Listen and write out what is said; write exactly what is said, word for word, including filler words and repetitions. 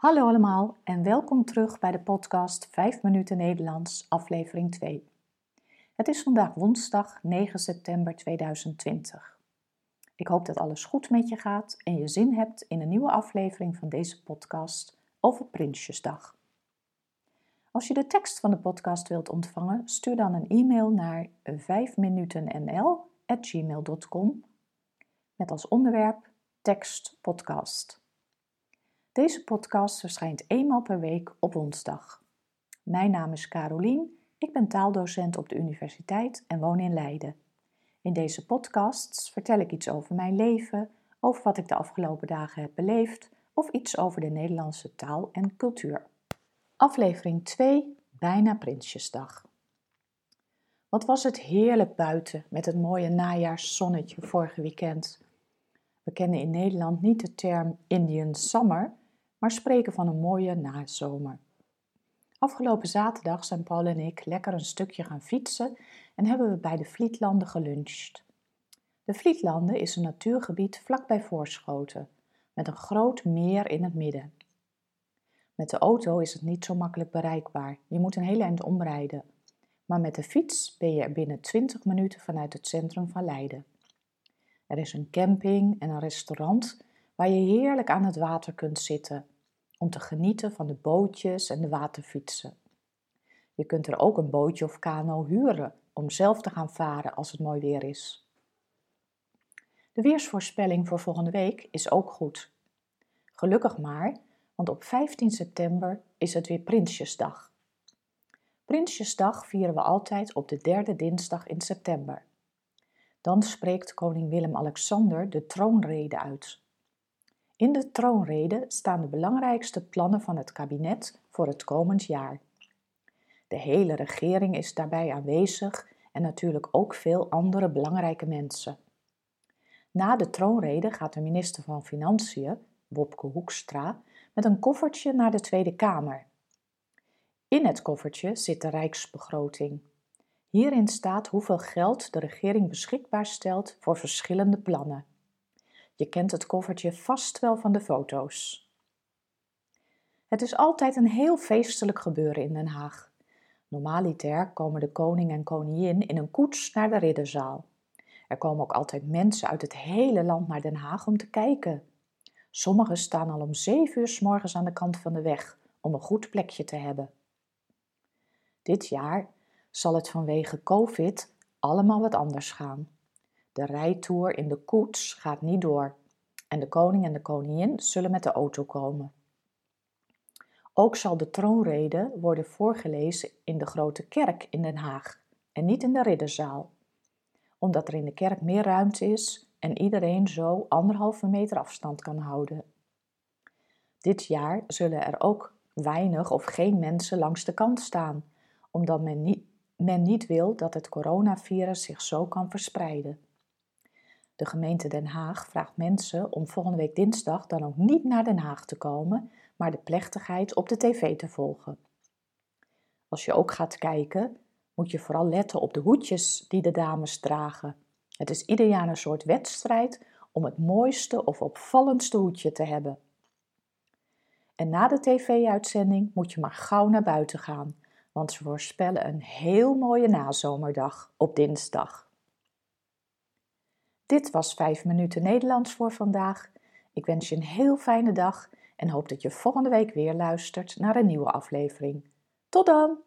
Hallo allemaal en welkom terug bij de podcast vijf minuten Nederlands, aflevering twee. Het is vandaag woensdag negen september tweeduizend twintig. Ik hoop dat alles goed met je gaat en je zin hebt in een nieuwe aflevering van deze podcast over Prinsjesdag. Als je de tekst van de podcast wilt ontvangen, stuur dan een e-mail naar vijf minuten n l at gmail dot com met als onderwerp tekst podcast. Deze podcast verschijnt eenmaal per week op woensdag. Mijn naam is Carolien, ik ben taaldocent op de universiteit en woon in Leiden. In deze podcasts vertel ik iets over mijn leven, over wat ik de afgelopen dagen heb beleefd of iets over de Nederlandse taal en cultuur. Aflevering twee, bijna Prinsjesdag. Wat was het heerlijk buiten met het mooie najaarszonnetje vorige weekend. We kennen in Nederland niet de term Indian Summer, maar spreken van een mooie nazomer. Afgelopen zaterdag zijn Paul en ik lekker een stukje gaan fietsen en hebben we bij de Vlietlanden geluncht. De Vlietlanden is een natuurgebied vlakbij Voorschoten, met een groot meer in het midden. Met de auto is het niet zo makkelijk bereikbaar, je moet een heel eind omrijden. Maar met de fiets ben je er binnen twintig minuten vanuit het centrum van Leiden. Er is een camping en een restaurant waar je heerlijk aan het water kunt zitten, om te genieten van de bootjes en de waterfietsen. Je kunt er ook een bootje of kano huren om zelf te gaan varen als het mooi weer is. De weersvoorspelling voor volgende week is ook goed. Gelukkig maar, want op vijftien september is het weer Prinsjesdag. Prinsjesdag vieren we altijd op de derde dinsdag in september. Dan spreekt koning Willem-Alexander de troonrede uit. In de troonrede staan de belangrijkste plannen van het kabinet voor het komend jaar. De hele regering is daarbij aanwezig en natuurlijk ook veel andere belangrijke mensen. Na de troonrede gaat de minister van Financiën, Wopke Hoekstra, met een koffertje naar de Tweede Kamer. In het koffertje zit de Rijksbegroting. Hierin staat hoeveel geld de regering beschikbaar stelt voor verschillende plannen. Je kent het koffertje vast wel van de foto's. Het is altijd een heel feestelijk gebeuren in Den Haag. Normaliter komen de koning en koningin in een koets naar de Ridderzaal. Er komen ook altijd mensen uit het hele land naar Den Haag om te kijken. Sommigen staan al om zeven uur 's morgens aan de kant van de weg om een goed plekje te hebben. Dit jaar zal het vanwege COVID allemaal wat anders gaan. De rijtour in de koets gaat niet door en de koning en de koningin zullen met de auto komen. Ook zal de troonrede worden voorgelezen in de Grote Kerk in Den Haag en niet in de Ridderzaal, omdat er in de kerk meer ruimte is en iedereen zo anderhalve meter afstand kan houden. Dit jaar zullen er ook weinig of geen mensen langs de kant staan, omdat men niet, men niet wil dat het coronavirus zich zo kan verspreiden. De gemeente Den Haag vraagt mensen om volgende week dinsdag dan ook niet naar Den Haag te komen, maar de plechtigheid op de tv te volgen. Als je ook gaat kijken, moet je vooral letten op de hoedjes die de dames dragen. Het is ieder jaar een soort wedstrijd om het mooiste of opvallendste hoedje te hebben. En na de tv-uitzending moet je maar gauw naar buiten gaan, want ze voorspellen een heel mooie nazomerdag op dinsdag. Dit was vijf minuten Nederlands voor vandaag. Ik wens je een heel fijne dag en hoop dat je volgende week weer luistert naar een nieuwe aflevering. Tot dan!